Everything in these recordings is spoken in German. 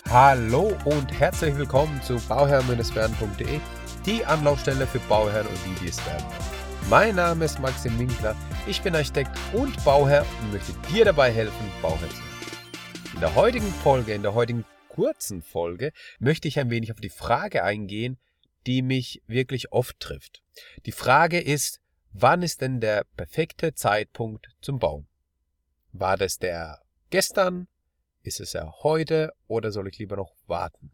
Hallo und herzlich willkommen zu bauherr-werden.de, die Anlaufstelle für Bauherren und die, die es werden. Mein Name ist Maxim Winkler, ich bin Architekt und Bauherr und möchte dir dabei helfen, Bauherr zu werden. In der heutigen Folge, in der heutigen kurzen Folge, möchte ich ein wenig auf die Frage eingehen, die mich wirklich oft trifft. Die Frage ist, wann ist denn der perfekte Zeitpunkt zum Bauen? War das der gestern? Ist es ja heute oder soll ich lieber noch warten?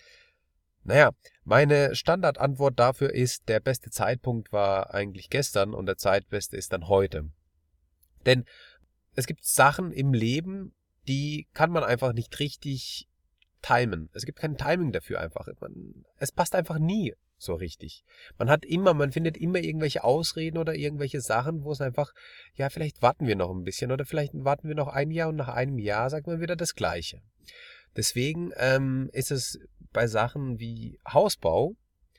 Naja, meine Standardantwort dafür ist, der beste Zeitpunkt war eigentlich gestern und der zweitbeste ist dann heute. Denn es gibt Sachen im Leben, die kann man einfach nicht richtig timen. Es gibt kein Timing dafür einfach. Es passt einfach nie so richtig. Man findet immer irgendwelche Ausreden oder irgendwelche Sachen, wo es einfach, ja, vielleicht warten wir noch ein bisschen oder vielleicht warten wir noch ein Jahr und nach einem Jahr sagt man wieder das Gleiche. Deswegen ist es bei Sachen wie Hausbau,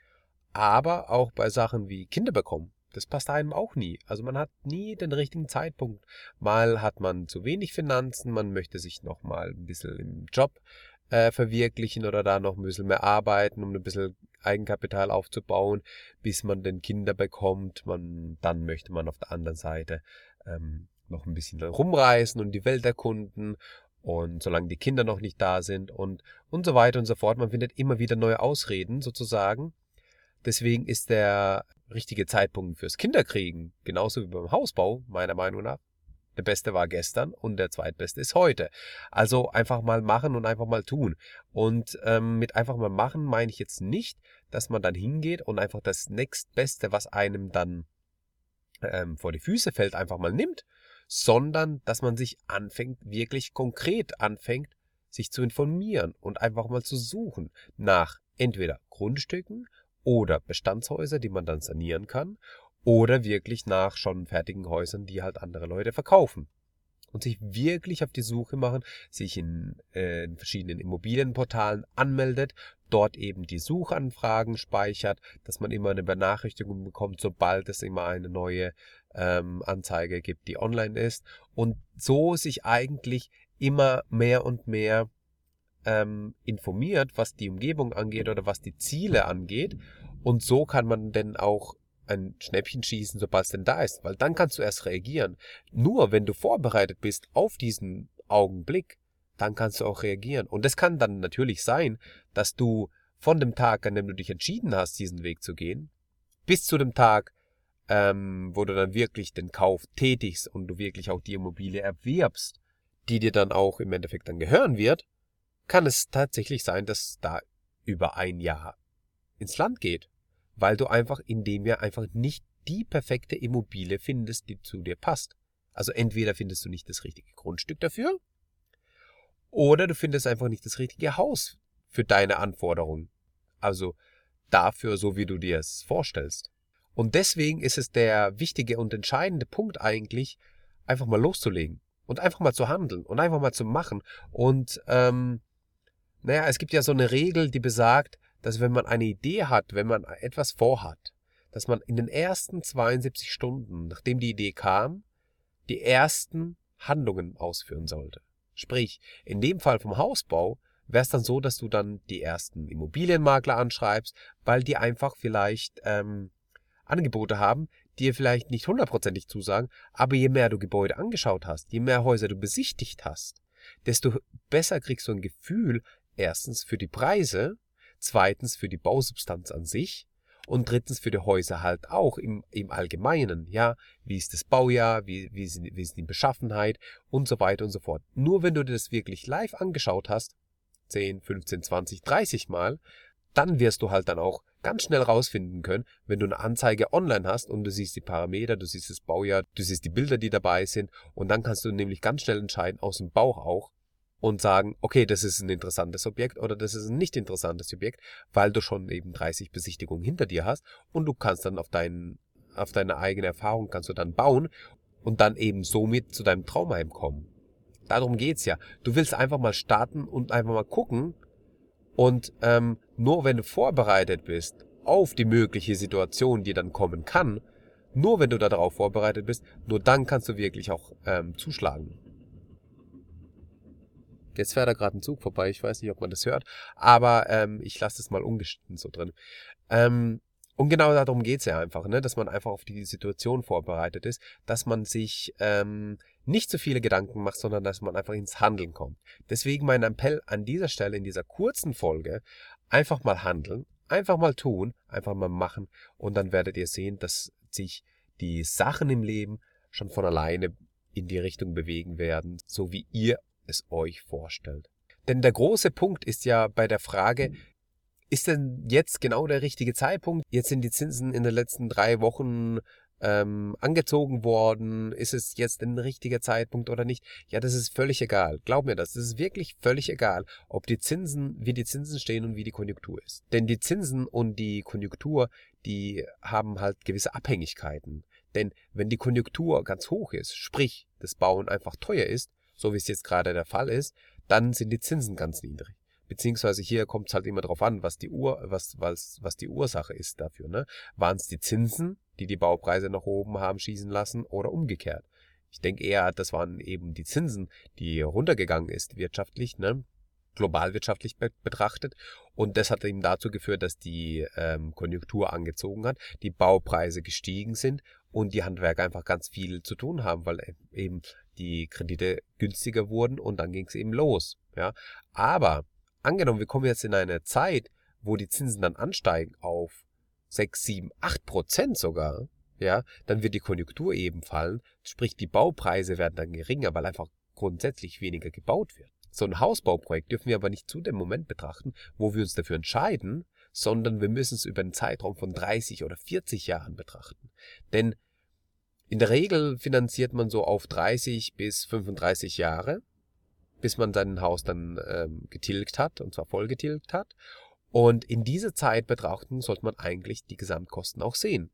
aber auch bei Sachen wie Kinder bekommen. Das passt einem auch nie. Also man hat nie den richtigen Zeitpunkt. Mal hat man zu wenig Finanzen, man möchte sich noch mal ein bisschen im Job verwirklichen oder da noch ein bisschen mehr arbeiten, um ein bisschen Eigenkapital aufzubauen, bis man den Kinder bekommt. Dann möchte man auf der anderen Seite noch ein bisschen rumreisen und die Welt erkunden. Und solange die Kinder noch nicht da sind und so weiter und so fort. Man findet immer wieder neue Ausreden sozusagen. Deswegen ist der richtige Zeitpunkt fürs Kinderkriegen, genauso wie beim Hausbau, meiner Meinung nach, der beste war gestern und der zweitbeste ist heute. Also einfach mal machen und einfach mal tun. Und mit einfach mal machen meine ich jetzt nicht, dass man dann hingeht und einfach das nächstbeste, was einem dann vor die Füße fällt, einfach mal nimmt, sondern dass man sich wirklich konkret anfängt, sich zu informieren und einfach mal zu suchen nach entweder Grundstücken oder Bestandshäuser, die man dann sanieren kann, oder wirklich nach schon fertigen Häusern, die halt andere Leute verkaufen. Und sich wirklich auf die Suche machen, sich in verschiedenen Immobilienportalen anmeldet, dort eben die Suchanfragen speichert, dass man immer eine Benachrichtigung bekommt, sobald es immer eine neue Anzeige gibt, die online ist. Und so sich eigentlich immer mehr und mehr informiert, was die Umgebung angeht oder was die Ziele angeht. Und so kann man denn auch ein Schnäppchen schießen, sobald es denn da ist, weil dann kannst du erst reagieren. Nur wenn du vorbereitet bist auf diesen Augenblick, dann kannst du auch reagieren. Und es kann dann natürlich sein, dass du von dem Tag, an dem du dich entschieden hast, diesen Weg zu gehen, bis zu dem Tag, wo du dann wirklich den Kauf tätigst und du wirklich auch die Immobilie erwirbst, die dir dann auch im Endeffekt dann gehören wird, kann es tatsächlich sein, dass da über ein Jahr ins Land geht, weil du einfach in dem Jahr einfach nicht die perfekte Immobilie findest, die zu dir passt. Also entweder findest du nicht das richtige Grundstück dafür oder du findest einfach nicht das richtige Haus für deine Anforderungen. Also dafür, so wie du dir es vorstellst. Und deswegen ist es der wichtige und entscheidende Punkt eigentlich, einfach mal loszulegen und einfach mal zu handeln und einfach mal zu machen. Und es gibt ja so eine Regel, die besagt, dass wenn man eine Idee hat, wenn man etwas vorhat, dass man in den ersten 72 Stunden, nachdem die Idee kam, die ersten Handlungen ausführen sollte. Sprich, in dem Fall vom Hausbau wäre es dann so, dass du dann die ersten Immobilienmakler anschreibst, weil die einfach vielleicht Angebote haben, die dir vielleicht nicht hundertprozentig zusagen, aber je mehr du Gebäude angeschaut hast, je mehr Häuser du besichtigt hast, desto besser kriegst du ein Gefühl, erstens für die Preise, zweitens für die Bausubstanz an sich und drittens für die Häuser halt auch im Allgemeinen. Ja, wie ist das Baujahr, wie ist die Beschaffenheit und so weiter und so fort. Nur wenn du dir das wirklich live angeschaut hast, 10, 15, 20, 30 Mal, dann wirst du halt dann auch ganz schnell rausfinden können, wenn du eine Anzeige online hast und du siehst die Parameter, du siehst das Baujahr, du siehst die Bilder, die dabei sind und dann kannst du nämlich ganz schnell entscheiden, aus dem Bauch auch, und sagen, okay, das ist ein interessantes Objekt oder das ist ein nicht interessantes Objekt, weil du schon eben 30 Besichtigungen hinter dir hast und du kannst dann auf deine eigene Erfahrung kannst du dann bauen und dann eben somit zu deinem Traumheim kommen. Darum geht's ja. Du willst einfach mal starten und einfach mal gucken und nur wenn du vorbereitet bist auf die mögliche Situation, die dann kommen kann, nur wenn du darauf vorbereitet bist, nur dann kannst du wirklich auch zuschlagen. Jetzt fährt da gerade ein Zug vorbei, ich weiß nicht, ob man das hört, aber ich lasse das mal ungeschnitten so drin. Und genau darum geht's ja einfach, ne? Dass man einfach auf die Situation vorbereitet ist, dass man sich nicht so viele Gedanken macht, sondern dass man einfach ins Handeln kommt. Deswegen mein Appell an dieser Stelle in dieser kurzen Folge, einfach mal handeln, einfach mal tun, einfach mal machen und dann werdet ihr sehen, dass sich die Sachen im Leben schon von alleine in die Richtung bewegen werden, so wie ihr es euch vorstellt. Denn der große Punkt ist ja bei der Frage, ist denn jetzt genau der richtige Zeitpunkt? Jetzt sind die Zinsen in den letzten 3 Wochen angezogen worden. Ist es jetzt ein richtiger Zeitpunkt oder nicht? Ja, das ist völlig egal. Glaub mir das. Das ist wirklich völlig egal, ob die Zinsen, wie die Zinsen stehen und wie die Konjunktur ist. Denn die Zinsen und die Konjunktur, die haben halt gewisse Abhängigkeiten. Denn wenn die Konjunktur ganz hoch ist, sprich, das Bauen einfach teuer ist, so wie es jetzt gerade der Fall ist, dann sind die Zinsen ganz niedrig. Beziehungsweise hier kommt es halt immer darauf an, was die Ursache ist dafür. Ne? Waren es die Zinsen, die die Baupreise nach oben haben schießen lassen oder umgekehrt? Ich denke eher, das waren eben die Zinsen, die runtergegangen ist wirtschaftlich, ne? Global wirtschaftlich betrachtet. Und das hat eben dazu geführt, dass die Konjunktur angezogen hat, die Baupreise gestiegen sind und die Handwerker einfach ganz viel zu tun haben, weil eben die Kredite günstiger wurden und dann ging es eben los. Ja? Aber angenommen, wir kommen jetzt in eine Zeit, wo die Zinsen dann ansteigen auf 6, 7, 8% sogar, ja, dann wird die Konjunktur eben fallen, sprich die Baupreise werden dann geringer, weil einfach grundsätzlich weniger gebaut wird. So ein Hausbauprojekt dürfen wir aber nicht zu dem Moment betrachten, wo wir uns dafür entscheiden, sondern wir müssen es über einen Zeitraum von 30 oder 40 Jahren betrachten. Denn in der Regel finanziert man so auf 30 bis 35 Jahre, bis man sein Haus dann getilgt hat, und zwar voll getilgt hat. Und in dieser Zeit betrachten sollte man eigentlich die Gesamtkosten auch sehen.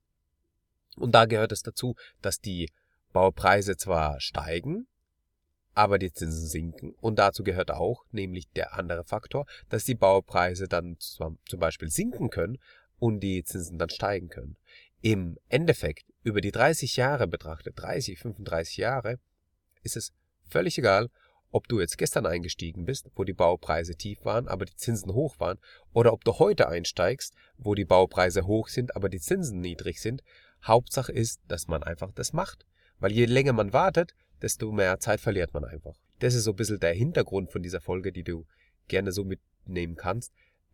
Und da gehört es dazu, dass die Baupreise zwar steigen, aber die Zinsen sinken. Und dazu gehört auch, nämlich der andere Faktor, dass die Baupreise dann zum Beispiel sinken können und die Zinsen dann steigen können. Im Endeffekt, über die 30 Jahre betrachtet, 30, 35 Jahre, ist es völlig egal, ob du jetzt gestern eingestiegen bist, wo die Baupreise tief waren, aber die Zinsen hoch waren, oder ob du heute einsteigst, wo die Baupreise hoch sind, aber die Zinsen niedrig sind. Hauptsache ist, dass man einfach das macht. Weil je länger man wartet, desto mehr Zeit verliert man einfach. Das ist so ein bisschen der Hintergrund von dieser Folge, die du gerne so mitnehmen kannst.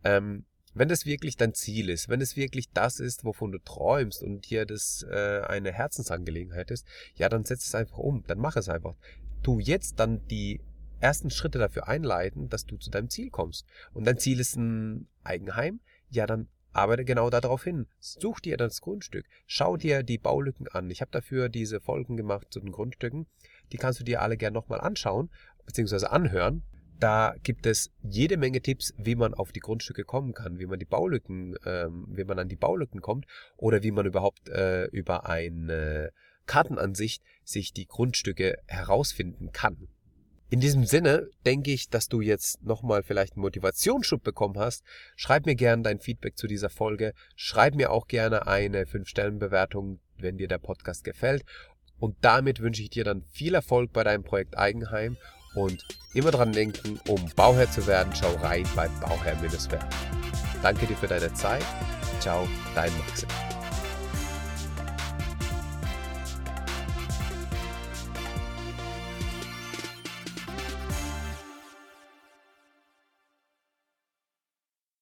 Wenn das wirklich dein Ziel ist, wenn es wirklich das ist, wovon du träumst und dir das eine Herzensangelegenheit ist, ja, dann setz es einfach um, dann mach es einfach. Tu jetzt dann die ersten Schritte dafür einleiten, dass du zu deinem Ziel kommst. Und dein Ziel ist ein Eigenheim, ja, dann arbeite genau darauf hin. Such dir das Grundstück, schau dir die Baulücken an. Ich habe dafür diese Folgen gemacht zu den Grundstücken. Die kannst du dir alle gerne nochmal anschauen, beziehungsweise anhören. Da gibt es jede Menge Tipps, wie man auf die Grundstücke kommen kann, wie man an die Baulücken kommt oder wie man überhaupt über eine Kartenansicht sich die Grundstücke herausfinden kann. In diesem Sinne denke ich, dass du jetzt nochmal vielleicht einen Motivationsschub bekommen hast. Schreib mir gerne dein Feedback zu dieser Folge. Schreib mir auch gerne eine 5-Sterne-Bewertung, wenn dir der Podcast gefällt. Und damit wünsche ich dir dann viel Erfolg bei deinem Projekt Eigenheim. Und immer dran denken, um Bauherr zu werden, schau rein bei Bauherr-Werden. Danke dir für deine Zeit. Ciao, dein Maxim.